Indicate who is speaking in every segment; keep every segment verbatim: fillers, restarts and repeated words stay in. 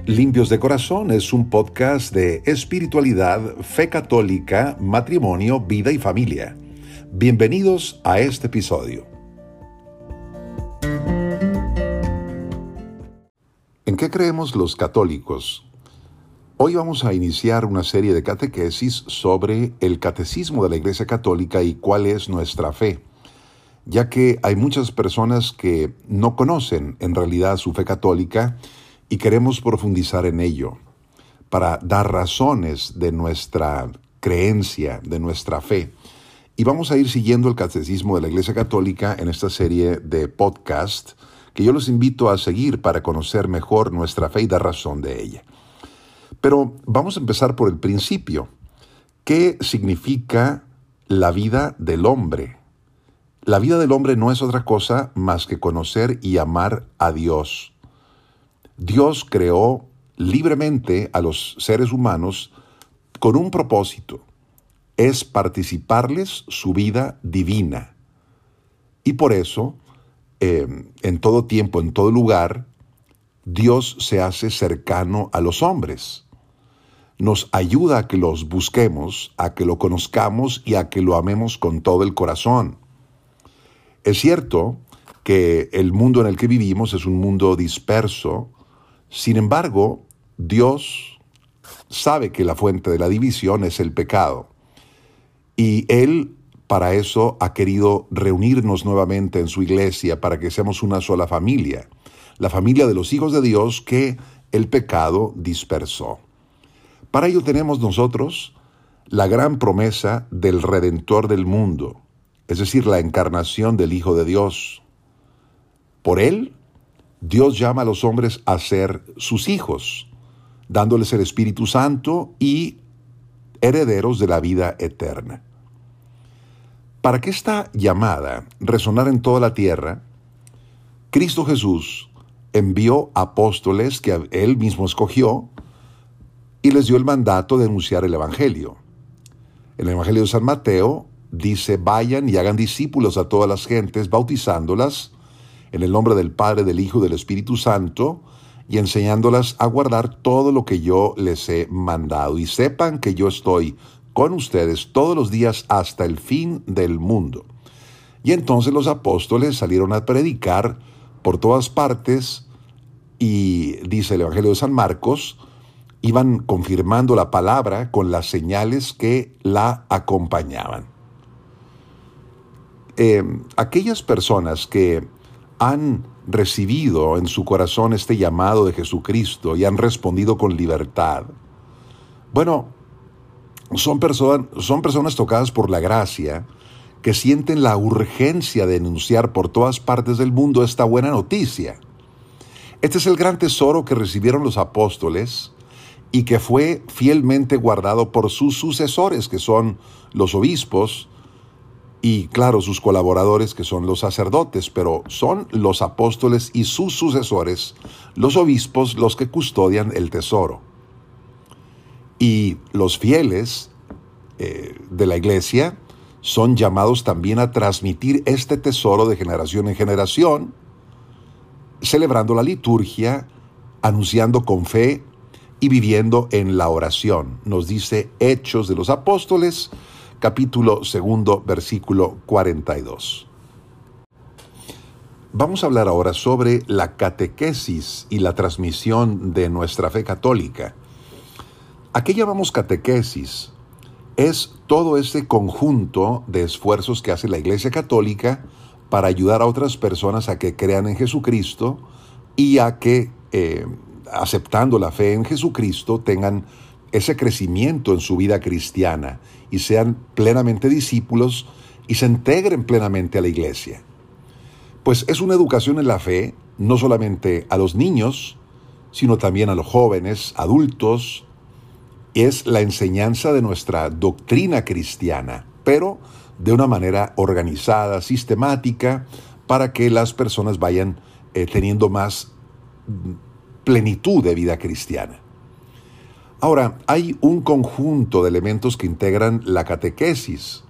Speaker 1: Limpios de Corazón es un podcast de espiritualidad, fe católica, matrimonio, vida y familia. Bienvenidos a este episodio. ¿En qué creemos los católicos? Hoy vamos a iniciar una serie de catequesis sobre el catecismo de la Iglesia Católica y cuál es nuestra fe, ya que hay muchas personas que no conocen en realidad su fe católica y queremos profundizar en ello para dar razones de nuestra creencia, de nuestra fe. Y vamos a ir siguiendo el catecismo de la Iglesia Católica en esta serie de podcast que yo los invito a seguir para conocer mejor nuestra fe y dar razón de ella. Pero vamos a empezar por el principio. ¿Qué significa la vida del hombre? La vida del hombre no es otra cosa más que conocer y amar a Dios. Dios creó libremente a los seres humanos con un propósito, es participarles su vida divina. Y por eso, eh, en todo tiempo, en todo lugar, Dios se hace cercano a los hombres. Nos ayuda a que los busquemos, a que lo conozcamos y a que lo amemos con todo el corazón. Es cierto que el mundo en el que vivimos es un mundo disperso. Sin embargo, Dios sabe que la fuente de la división es el pecado. Y Él, para eso, ha querido reunirnos nuevamente en su iglesia para que seamos una sola familia. La familia de los hijos de Dios que el pecado dispersó. Para ello tenemos nosotros la gran promesa del Redentor del mundo, es decir, la encarnación del Hijo de Dios. Por Él, Dios llama a los hombres a ser sus hijos, dándoles el Espíritu Santo y herederos de la vida eterna. Para que esta llamada resonara en toda la tierra, Cristo Jesús envió apóstoles que Él mismo escogió y les dio el mandato de anunciar el Evangelio. En el Evangelio de San Mateo dice: vayan y hagan discípulos a todas las gentes, bautizándolas en el nombre del Padre, del Hijo y del Espíritu Santo, y enseñándolas a guardar todo lo que yo les he mandado. Y sepan que yo estoy con ustedes todos los días hasta el fin del mundo. Y entonces los apóstoles salieron a predicar por todas partes, y dice el Evangelio de San Marcos, iban confirmando la palabra con las señales que la acompañaban. Eh, aquellas personas que han recibido en su corazón este llamado de Jesucristo y han respondido con libertad, bueno, son, perso- son personas tocadas por la gracia que sienten la urgencia de anunciar por todas partes del mundo esta buena noticia. Este es el gran tesoro que recibieron los apóstoles y que fue fielmente guardado por sus sucesores, que son los obispos, y claro, sus colaboradores, que son los sacerdotes, pero son los apóstoles y sus sucesores, los obispos, los que custodian el tesoro. Y los fieles eh, de la iglesia son llamados también a transmitir este tesoro de generación en generación, celebrando la liturgia, anunciando con fe y viviendo en la oración. Nos dice Hechos de los Apóstoles, capítulo segundo, versículo cuarenta y dos. Vamos a hablar ahora sobre la catequesis y la transmisión de nuestra fe católica. ¿A qué llamamos catequesis? Es todo ese conjunto de esfuerzos que hace la Iglesia Católica para ayudar a otras personas a que crean en Jesucristo y a que, eh, aceptando la fe en Jesucristo, tengan ese crecimiento en su vida cristiana y sean plenamente discípulos y se integren plenamente a la iglesia. Pues es una educación en la fe, no solamente a los niños, sino también a los jóvenes, adultos. Es la enseñanza de nuestra doctrina cristiana, pero de una manera organizada, sistemática, para que las personas vayan eh, teniendo más plenitud de vida cristiana. Ahora, hay un conjunto de elementos que integran la catequesis.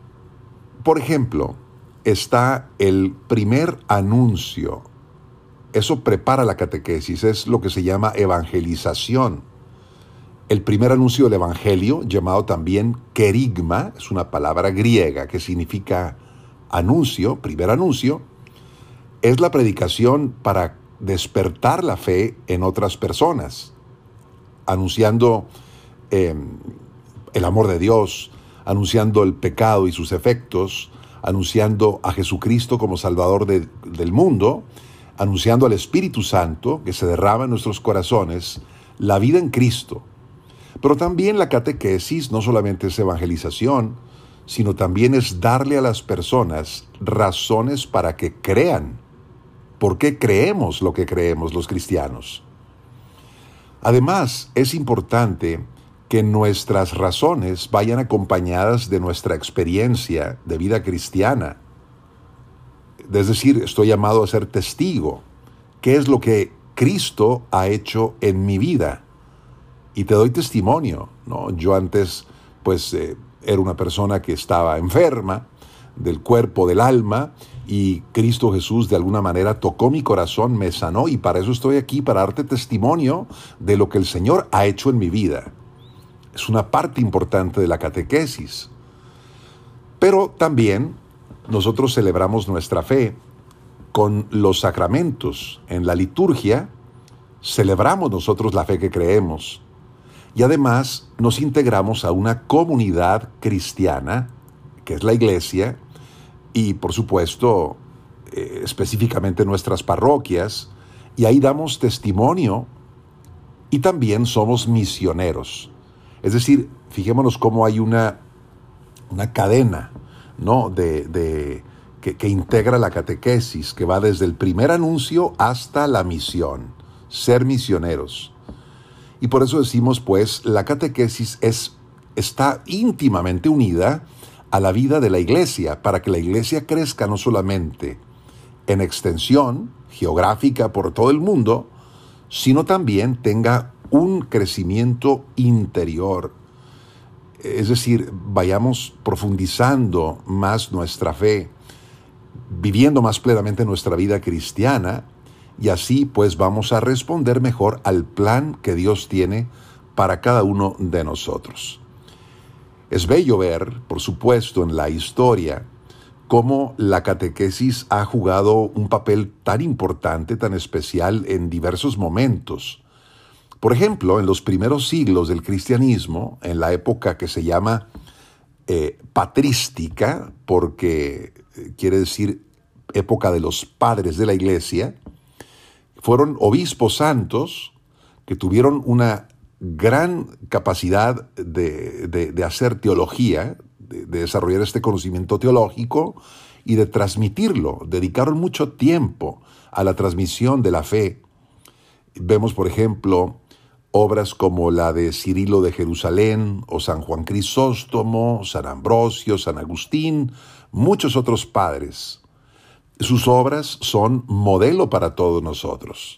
Speaker 1: Por ejemplo, está el primer anuncio eso prepara la catequesis, es lo que se llama evangelización. El primer anuncio del Evangelio, llamado también querigma, es una palabra griega que significa anuncio, primer anuncio, es la predicación para despertar la fe en otras personas, anunciando eh, el amor de Dios, anunciando el pecado y sus efectos, anunciando a Jesucristo como Salvador de, del mundo, anunciando al Espíritu Santo que se derrama en nuestros corazones, la vida en Cristo. Pero también la catequesis no solamente es evangelización, sino también es darle a las personas razones para que crean. ¿Por qué creemos lo que creemos los cristianos? Además, es importante que nuestras razones vayan acompañadas de nuestra experiencia de vida cristiana. Es decir, estoy llamado a ser testigo. ¿Qué es lo que Cristo ha hecho en mi vida? Y te doy testimonio, ¿no? Yo antes, pues, eh, era una persona que estaba enferma del cuerpo, del alma, y Cristo Jesús de alguna manera tocó mi corazón, me sanó, y para eso estoy aquí, para darte testimonio de lo que el Señor ha hecho en mi vida. Es una parte importante de la catequesis. Pero también nosotros celebramos nuestra fe con los sacramentos. En la liturgia celebramos nosotros la fe que creemos. Y además nos integramos a una comunidad cristiana, que es la iglesia, y por supuesto, eh, específicamente nuestras parroquias, y ahí damos testimonio y también somos misioneros. Es decir, fijémonos cómo hay una, una cadena, ¿no? de, de, que, que integra la catequesis, que va desde el primer anuncio hasta la misión, ser misioneros. Y por eso decimos, pues, la catequesis es, está íntimamente unida a la vida de la iglesia, para que la iglesia crezca no solamente en extensión geográfica por todo el mundo, sino también tenga un crecimiento interior. Es decir, vayamos profundizando más nuestra fe, viviendo más plenamente nuestra vida cristiana, y así pues vamos a responder mejor al plan que Dios tiene para cada uno de nosotros. Es bello ver, por supuesto, en la historia, cómo la catequesis ha jugado un papel tan importante, tan especial en diversos momentos. Por ejemplo, en los primeros siglos del cristianismo, en la época que se llama eh, patrística, porque eh, quiere decir época de los padres de la iglesia, fueron obispos santos que tuvieron una gran capacidad de, de, de hacer teología, de, de desarrollar este conocimiento teológico y de transmitirlo. Dedicaron mucho tiempo a la transmisión de la fe. Vemos, por ejemplo, obras como la de Cirilo de Jerusalén o San Juan Crisóstomo, San Ambrosio, San Agustín, muchos otros padres. Sus obras son modelo para todos nosotros.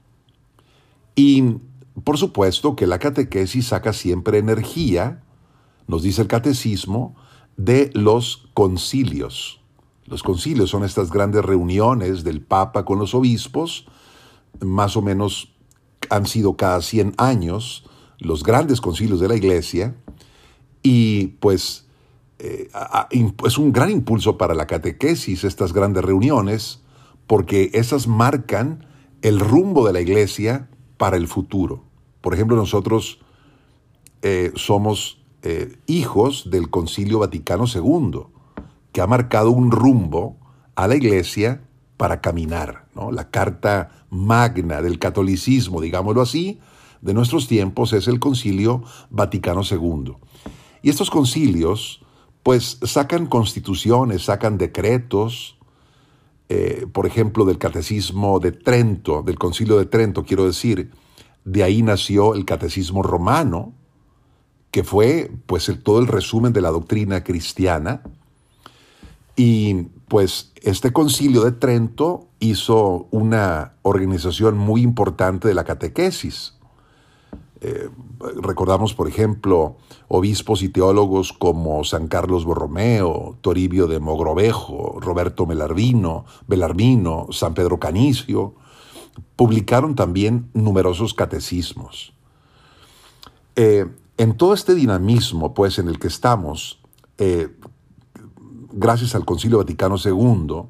Speaker 1: Y por supuesto que la catequesis saca siempre energía, nos dice el catecismo, de los concilios. Los concilios son estas grandes reuniones del Papa con los obispos, más o menos han sido cada cien años, los grandes concilios de la Iglesia, y pues eh, a, a, es un gran impulso para la catequesis estas grandes reuniones, porque esas marcan el rumbo de la Iglesia para el futuro. Por ejemplo, nosotros eh, somos eh, hijos del Concilio Vaticano segundo, que ha marcado un rumbo a la Iglesia para caminar, ¿no? La carta magna del catolicismo, digámoslo así, de nuestros tiempos es el Concilio Vaticano segundo. Y estos concilios, pues, sacan constituciones, sacan decretos, eh, por ejemplo, del Catecismo de Trento, del Concilio de Trento, quiero decir, de ahí nació el Catecismo Romano, que fue, pues, el, todo el resumen de la doctrina cristiana. Y pues este concilio de Trento hizo una organización muy importante de la catequesis. Eh, recordamos, por ejemplo, obispos y teólogos como San Carlos Borromeo, Toribio de Mogrovejo, Roberto Belarmino, Belarmino, San Pedro Canicio, publicaron también numerosos catecismos. Eh, en todo este dinamismo, pues, en el que estamos, eh, gracias al Concilio Vaticano segundo,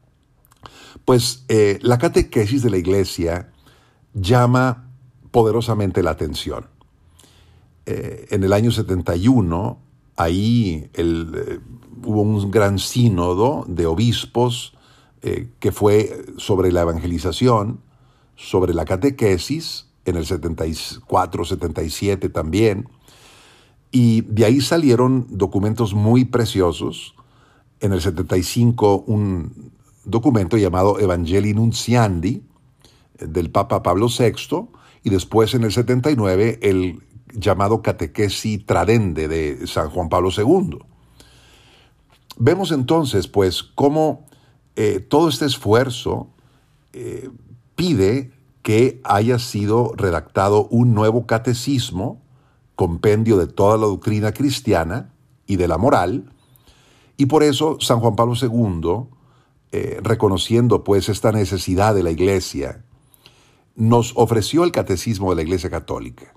Speaker 1: pues eh, la catequesis de la Iglesia llama poderosamente la atención. Eh, en el año setenta y uno, ahí el, eh, hubo un gran sínodo de obispos eh, que fue sobre la evangelización, sobre la catequesis, en el setenta y cuatro, setenta y siete también, y de ahí salieron documentos muy preciosos. En el setenta y cinco un documento llamado Evangelii Nuntiandi del Papa Pablo sexto, y después en el setenta y nueve el llamado Catequesi Tradende de San Juan Pablo segundo. Vemos entonces pues cómo eh, todo este esfuerzo eh, pide que haya sido redactado un nuevo catecismo, compendio de toda la doctrina cristiana y de la moral, y por eso San Juan Pablo segundo, eh, reconociendo pues esta necesidad de la Iglesia, nos ofreció el catecismo de la Iglesia Católica.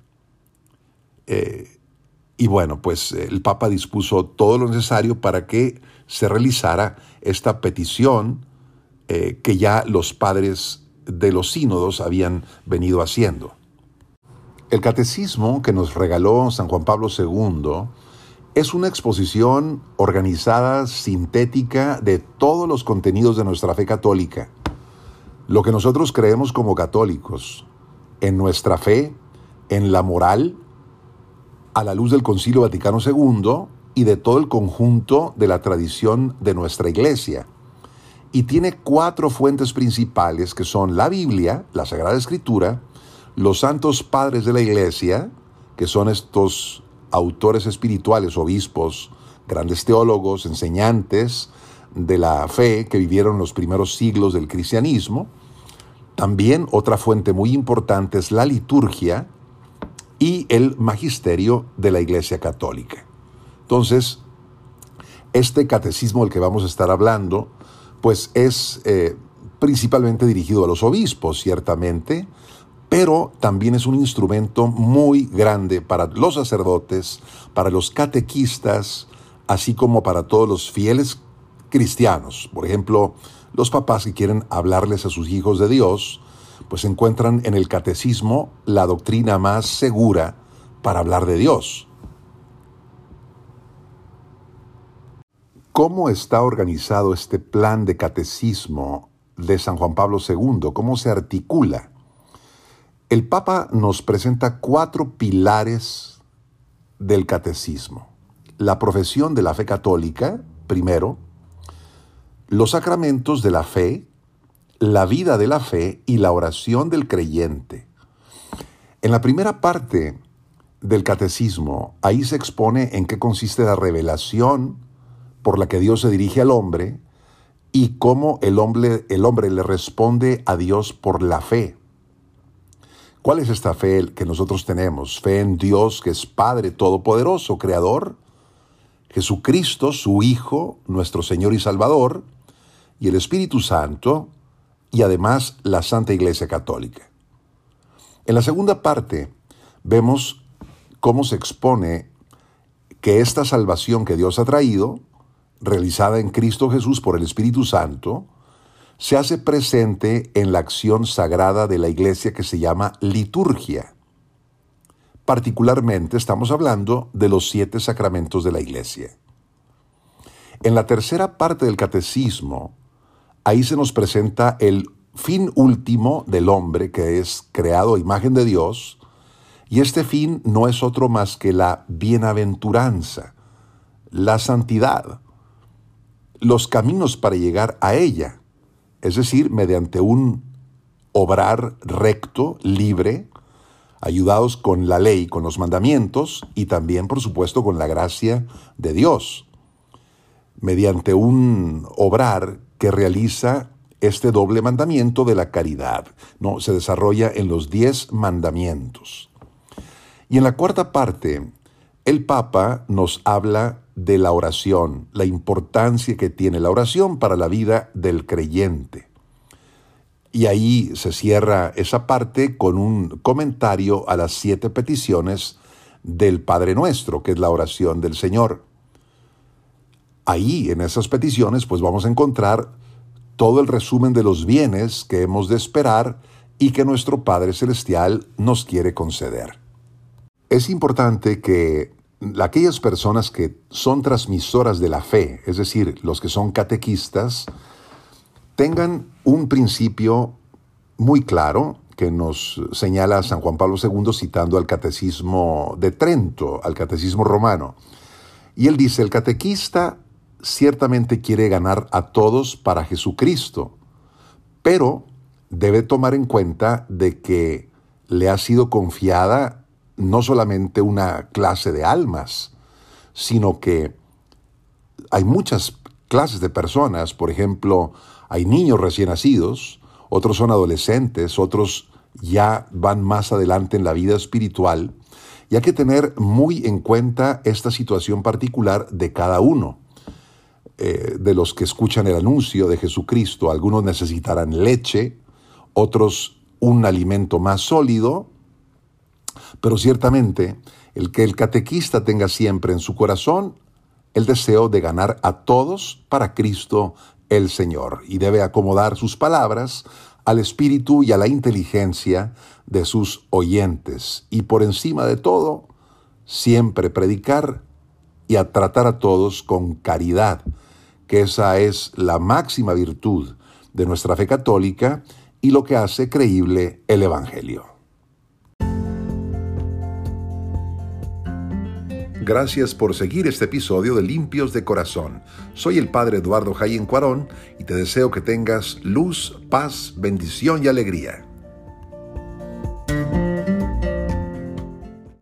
Speaker 1: Eh, y bueno, pues el Papa dispuso todo lo necesario para que se realizara esta petición eh, que ya los padres de los sínodos habían venido haciendo. El catecismo que nos regaló San Juan Pablo segundo es una exposición organizada, sintética, de todos los contenidos de nuestra fe católica. Lo que nosotros creemos como católicos, en nuestra fe, en la moral, a la luz del Concilio Vaticano segundo y de todo el conjunto de la tradición de nuestra Iglesia. Y tiene cuatro fuentes principales que son la Biblia, la Sagrada Escritura, los santos padres de la Iglesia, que son estos autores espirituales, obispos, grandes teólogos, enseñantes de la fe que vivieron los primeros siglos del cristianismo. También otra fuente muy importante es la liturgia y el magisterio de la Iglesia Católica. Entonces, este catecismo del que vamos a estar hablando, pues es eh, principalmente dirigido a los obispos, ciertamente, pero también es un instrumento muy grande para los sacerdotes, para los catequistas, así como para todos los fieles cristianos. Por ejemplo, los papás que quieren hablarles a sus hijos de Dios, pues encuentran en el catecismo la doctrina más segura para hablar de Dios. ¿Cómo está organizado este plan de catecismo de San Juan Pablo segundo? ¿Cómo se articula? El Papa nos presenta cuatro pilares del catecismo. La profesión de la fe católica, primero, los sacramentos de la fe, la vida de la fe y la oración del creyente. En la primera parte del catecismo, ahí se expone en qué consiste la revelación por la que Dios se dirige al hombre y cómo el hombre, el hombre le responde a Dios por la fe. ¿Cuál es esta fe que nosotros tenemos? Fe en Dios, que es Padre Todopoderoso, Creador, Jesucristo, su Hijo, nuestro Señor y Salvador, y el Espíritu Santo, y además la Santa Iglesia Católica. En la segunda parte vemos cómo se expone que esta salvación que Dios ha traído, realizada en Cristo Jesús por el Espíritu Santo, se hace presente en la acción sagrada de la Iglesia que se llama liturgia. Particularmente estamos hablando de los siete sacramentos de la Iglesia. En la tercera parte del catecismo, ahí se nos presenta el fin último del hombre, que es creado a imagen de Dios, y este fin no es otro más que la bienaventuranza, la santidad, los caminos para llegar a ella, es decir, mediante un obrar recto, libre, ayudados con la ley, con los mandamientos y también, por supuesto, con la gracia de Dios, mediante un obrar que realiza este doble mandamiento de la caridad, ¿no? Se desarrolla en los diez mandamientos. Y en la cuarta parte, el Papa nos habla de la oración, la importancia que tiene la oración para la vida del creyente. Y ahí se cierra esa parte con un comentario a las siete peticiones del Padre Nuestro, que es la oración del Señor. Ahí, en esas peticiones, pues vamos a encontrar todo el resumen de los bienes que hemos de esperar y que nuestro Padre Celestial nos quiere conceder. Es importante que aquellas personas que son transmisoras de la fe, es decir, los que son catequistas, tengan un principio muy claro que nos señala San Juan Pablo segundo citando al Catecismo de Trento, al Catecismo romano. Y él dice, el catequista ciertamente quiere ganar a todos para Jesucristo, pero debe tomar en cuenta de que le ha sido confiada no solamente una clase de almas, sino que hay muchas clases de personas. Por ejemplo, hay niños recién nacidos, otros son adolescentes, otros ya van más adelante en la vida espiritual, y hay que tener muy en cuenta esta situación particular de cada uno. Eh, de los que escuchan el anuncio de Jesucristo, algunos necesitarán leche, otros un alimento más sólido, pero ciertamente el que el catequista tenga siempre en su corazón el deseo de ganar a todos para Cristo el Señor, y debe acomodar sus palabras al espíritu y a la inteligencia de sus oyentes, y por encima de todo, siempre predicar y a tratar a todos con caridad, que esa es la máxima virtud de nuestra fe católica y lo que hace creíble el Evangelio. Gracias por seguir este episodio de Limpios de Corazón. Soy el Padre Eduardo Jayen Cuarón y te deseo que tengas luz, paz, bendición y alegría.